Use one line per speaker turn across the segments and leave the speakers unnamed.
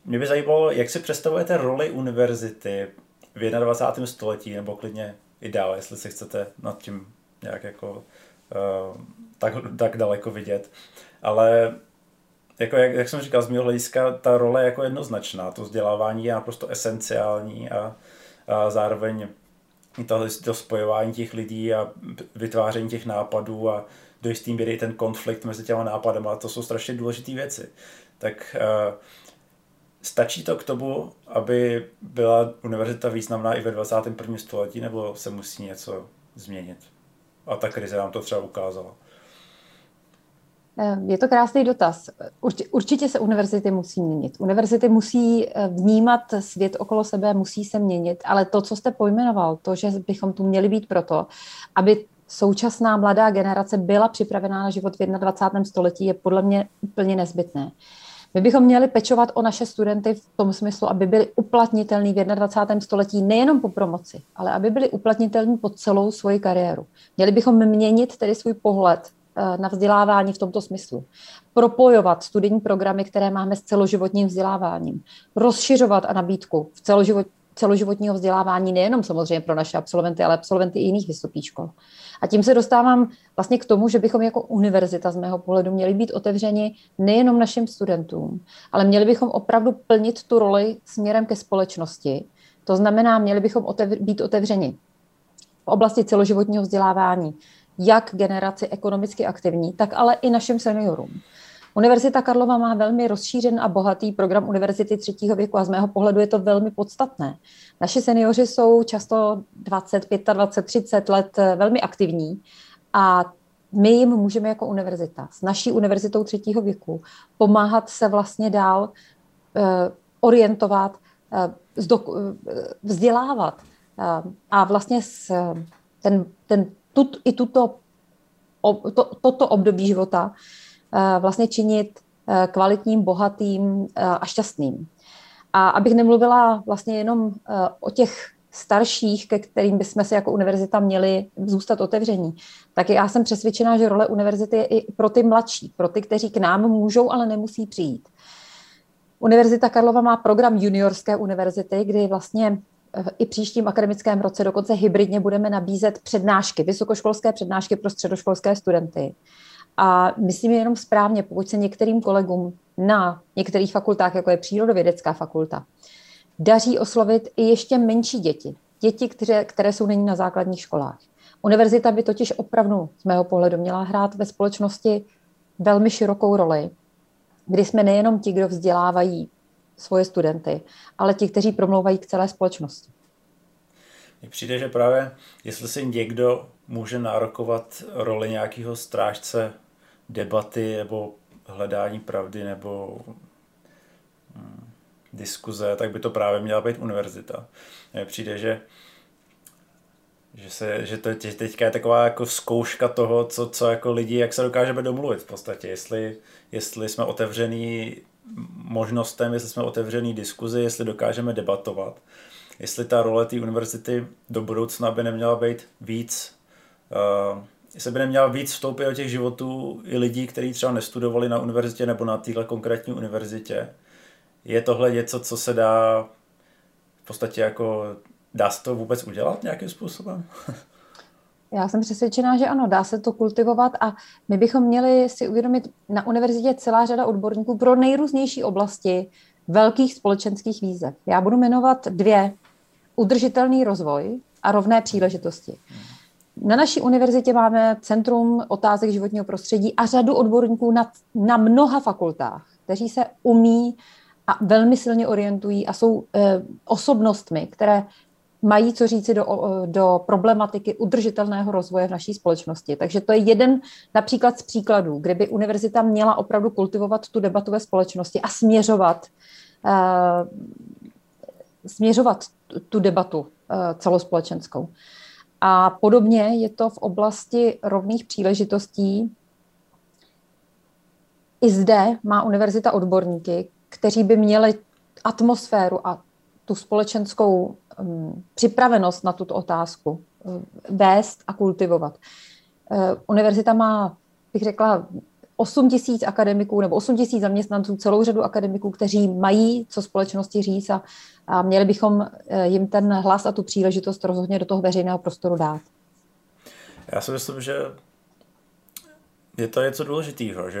mě by zajímalo, jak si představujete roli univerzity v 21. století, nebo klidně i dále, jestli se chcete nad tím nějak jako tak daleko vidět. Ale jako jak jsem říkal, z mého hlediska ta role je jako jednoznačná. To vzdělávání je naprosto esenciální a zároveň i to spojování těch lidí a vytváření těch nápadů a do jistý míry ten konflikt mezi těma nápadama, to jsou strašně důležité věci. Tak stačí to k tomu, aby byla univerzita významná i ve 21. století, nebo se musí něco změnit? A ta krize nám to třeba ukázala.
Je to krásný dotaz. Určitě se univerzity musí měnit. Univerzity musí vnímat svět okolo sebe, musí se měnit, ale to, co jste pojmenoval, to, že bychom tu měli být proto, aby současná mladá generace byla připravená na život v 21. století, je podle mě úplně nezbytné. My bychom měli pečovat o naše studenty v tom smyslu, aby byli uplatnitelní v 21. století nejenom po promoci, ale aby byli uplatnitelní po celou svoji kariéru. Měli bychom měnit tedy svůj pohled na vzdělávání v tomto smyslu. Propojovat studijní programy, které máme s celoživotním vzděláváním. Rozšiřovat a nabídku v celoživotního vzdělávání nejenom samozřejmě pro naše absolventy, ale absolventy i jiných vysokých škol. A tím se dostávám vlastně k tomu, že bychom jako univerzita z mého pohledu měli být otevřeni nejenom našim studentům, ale měli bychom opravdu plnit tu roli směrem ke společnosti. To znamená, měli bychom být otevřeni v oblasti celoživotního vzdělávání, jak generaci ekonomicky aktivní, tak ale i našim seniorům. Univerzita Karlova má velmi rozšířen a bohatý program univerzity třetího věku a z mého pohledu je to velmi podstatné. Naši seniori jsou často 20, 25, 30 let velmi aktivní a my jim můžeme jako univerzita s naší univerzitou třetího věku pomáhat se vlastně dál orientovat, vzdělávat a vlastně toto období života vlastně činit kvalitním, bohatým a šťastným. A abych nemluvila vlastně jenom o těch starších, ke kterým bychom se jako univerzita měli zůstat otevření, tak já jsem přesvědčená, že role univerzity je i pro ty mladší, pro ty, kteří k nám můžou, ale nemusí přijít. Univerzita Karlova má program juniorské univerzity, kdy vlastně i příštím akademickém roce dokonce hybridně budeme nabízet přednášky, vysokoškolské přednášky pro středoškolské studenty. A myslím jenom správně, pokud se některým kolegům na některých fakultách, jako je přírodovědecká fakulta, daří oslovit i ještě menší děti, které jsou nyní na základních školách. Univerzita by totiž opravdu z mého pohledu měla hrát ve společnosti velmi širokou roli, kdy jsme nejenom ti, kdo vzdělávají svoje studenty, ale ti, kteří promlouvají k celé společnosti.
Mně přijde, že právě jestli si někdo může nárokovat roli nějakého strážce debaty nebo hledání pravdy nebo diskuze, tak by to právě měla být univerzita. Mně přijde, že to teďka je taková jako zkouška toho, co jako lidi, jak se dokážeme domluvit v podstatě. Jestli jsme otevřený možnostem, jestli jsme otevřený diskuzi, jestli dokážeme debatovat. Jestli ta role té univerzity do budoucna by neměla být víc, jestli by neměla víc vstoupit do těch životů i lidí, kteří třeba nestudovali na univerzitě nebo na téhle konkrétní univerzitě. Je tohle něco, co se dá v podstatě jako, dá se to vůbec udělat nějakým způsobem?
Já jsem přesvědčená, že ano, dá se to kultivovat a my bychom měli si uvědomit, na univerzitě celá řada odborníků pro nejrůznější oblasti velkých společenských výzev. Já budu jmenovat dvě. Udržitelný rozvoj a rovné příležitosti. Na naší univerzitě máme Centrum otázek životního prostředí a řadu odborníků na mnoha fakultách, kteří se umí a velmi silně orientují a jsou osobnostmi, které mají co říci do problematiky udržitelného rozvoje v naší společnosti. Takže to je jeden například z příkladů, kde by univerzita měla opravdu kultivovat tu debatu ve společnosti a směřovat tu debatu celospolečenskou. A podobně je to v oblasti rovných příležitostí. I zde má univerzita odborníky, kteří by měli atmosféru a tu společenskou připravenost na tuto otázku vést a kultivovat. Univerzita má, bych řekla, 8 000 akademiků nebo 8 000 zaměstnanců, celou řadu akademiků, kteří mají co společnosti říct a měli bychom jim ten hlas a tu příležitost rozhodně do toho veřejného prostoru dát.
Já si myslím, že je to něco důležitého,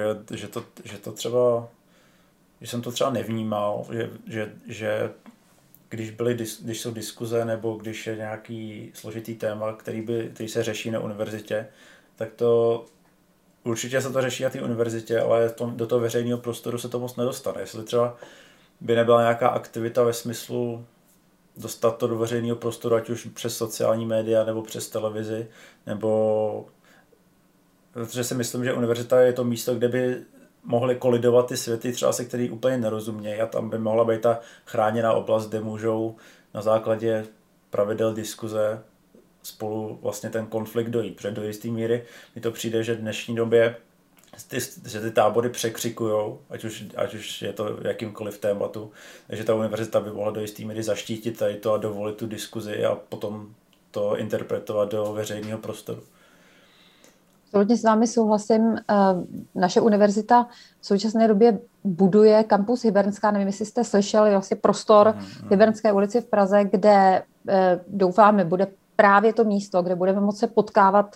že jsem to třeba nevnímal, že když jsou diskuze nebo když je nějaký složitý téma, který se řeší na univerzitě, tak to určitě se to řeší na té univerzitě, ale do toho veřejného prostoru se to moc nedostane. Jestli třeba by nebyla nějaká aktivita ve smyslu dostat to do veřejného prostoru, ať už přes sociální média nebo přes televizi, nebo protože si myslím, že univerzita je to místo, kde by mohly kolidovat ty světy, třeba se který úplně nerozumějí, a tam by mohla být ta chráněná oblast, kde můžou na základě pravidel diskuze spolu vlastně ten konflikt dojít. Protože do jisté míry mi to přijde, že v dnešní době že ty tábory překřikujou, ať už je to jakýmkoliv tématu, takže ta univerzita by mohla do jisté míry zaštítit tady to a dovolit tu diskuzi a potom to interpretovat do veřejného prostoru.
Absolutně s vámi souhlasím. Naše univerzita v současné době buduje kampus Hybernská. Nevím, jestli jste slyšeli, vlastně prostor v Hybernské ulici v Praze, kde doufáme, bude právě to místo, kde budeme moci potkávat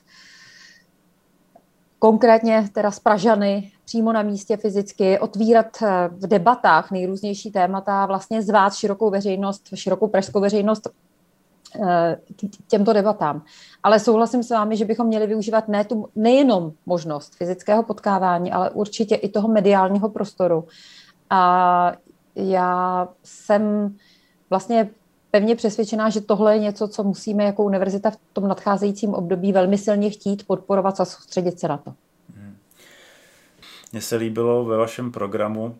konkrétně teda s Pražany přímo na místě fyzicky, otvírat v debatách nejrůznější témata, vlastně zvát širokou pražskou veřejnost těmto debatám. Ale souhlasím s vámi, že bychom měli využívat nejenom možnost fyzického potkávání, ale určitě i toho mediálního prostoru. A já jsem vlastně pevně přesvědčená, že tohle je něco, co musíme jako univerzita v tom nadcházejícím období velmi silně chtít podporovat a soustředit se na to.
Mně se líbilo ve vašem programu,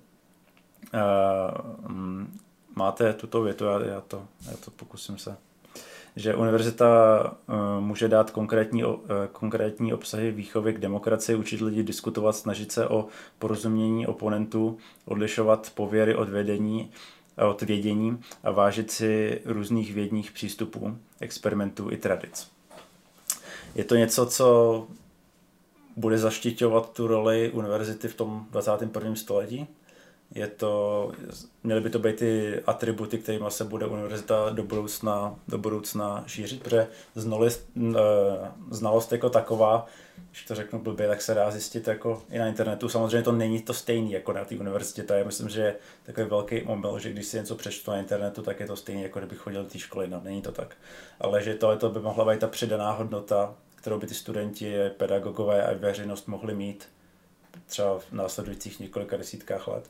máte tuto větu, já to pokusím se, že univerzita může dát konkrétní obsahy výchovy k demokracii, učit lidi diskutovat, snažit se o porozumění oponentů, odlišovat pověry od vědění a vážit si různých vědních přístupů, experimentů i tradic. Je to něco, co bude zaštiťovat tu roli univerzity v tom 21. století? Měly by to být ty atributy, kterými se bude univerzita do budoucna šířit, protože znalost jako taková, když to řeknu blbě, tak se dá zjistit jako i na internetu. Samozřejmě to není to stejný jako na té univerzitě. To je, myslím, že je takový velký omyl, že když si něco přečtu na internetu, tak je to stejný, jako kdybych chodil do té školy. No, není to tak. Ale že tohle by mohla být ta přidaná hodnota, kterou by ty studenti, pedagogové a veřejnost mohli mít třeba v následujících několika desítkách let.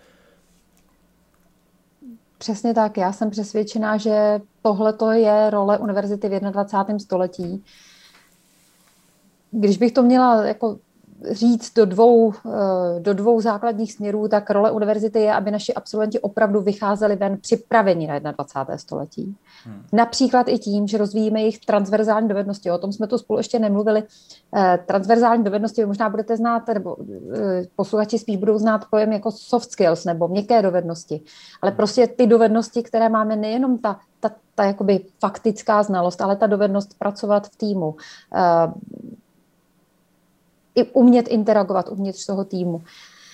Přesně tak. Já jsem přesvědčená, že tohleto je role univerzity v 21. století. Když bych to měla jako říct do dvou základních směrů, tak role univerzity je, aby naši absolventi opravdu vycházeli ven připraveni na 21. století. Například i tím, že rozvíjíme jejich transverzální dovednosti. O tom jsme tu spolu ještě nemluvili. Transverzální dovednosti vy možná budete znát, nebo posluchači spíš budou znát pojem jako soft skills nebo měkké dovednosti. Ale prostě ty dovednosti, které máme, nejenom ta jakoby faktická znalost, ale ta dovednost pracovat v týmu, i umět interagovat uvnitř toho týmu.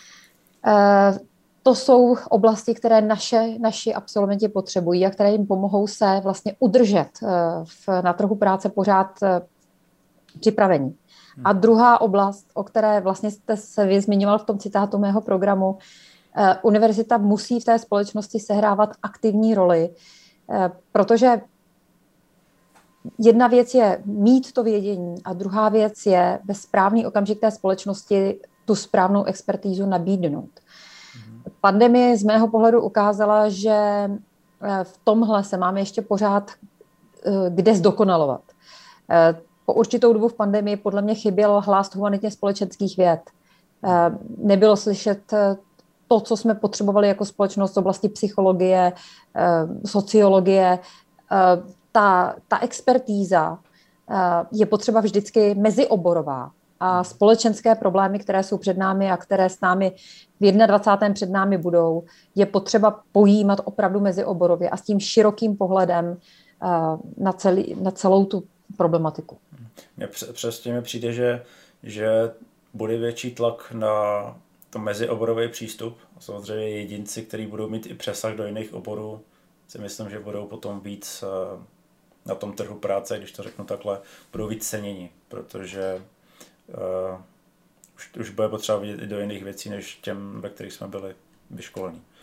To jsou oblasti, které naši absolventi potřebují a které jim pomohou se vlastně udržet na trhu práce pořád připravení. A druhá oblast, o které vlastně jste se zmiňoval v tom citátu mého programu, univerzita musí v té společnosti sehrávat aktivní roli, protože jedna věc je mít to vědění a druhá věc je ve správný okamžik té společnosti tu správnou expertízu nabídnout. Pandemie z mého pohledu ukázala, že v tomhle se máme ještě pořád kde zdokonalovat. Po určitou dobu v pandemii podle mě chyběl hlas humanitně společenských věd. Nebylo slyšet to, co jsme potřebovali jako společnost z oblasti psychologie, sociologie. Ta expertíza je potřeba vždycky mezioborová a společenské problémy, které jsou před námi a které s námi v 21. před námi budou, je potřeba pojímat opravdu mezioborově a s tím širokým pohledem na celou tu problematiku.
Přesně mi přijde, že bude větší tlak na to mezioborový přístup. Samozřejmě jedinci, kteří budou mít i přesah do jiných oborů, si myslím, že budou potom víc na tom trhu práce, když to řeknu takhle, budou víc ceněni, protože už bude potřeba vidět i do jiných věcí, než těm, ve kterých jsme byli vyškolení.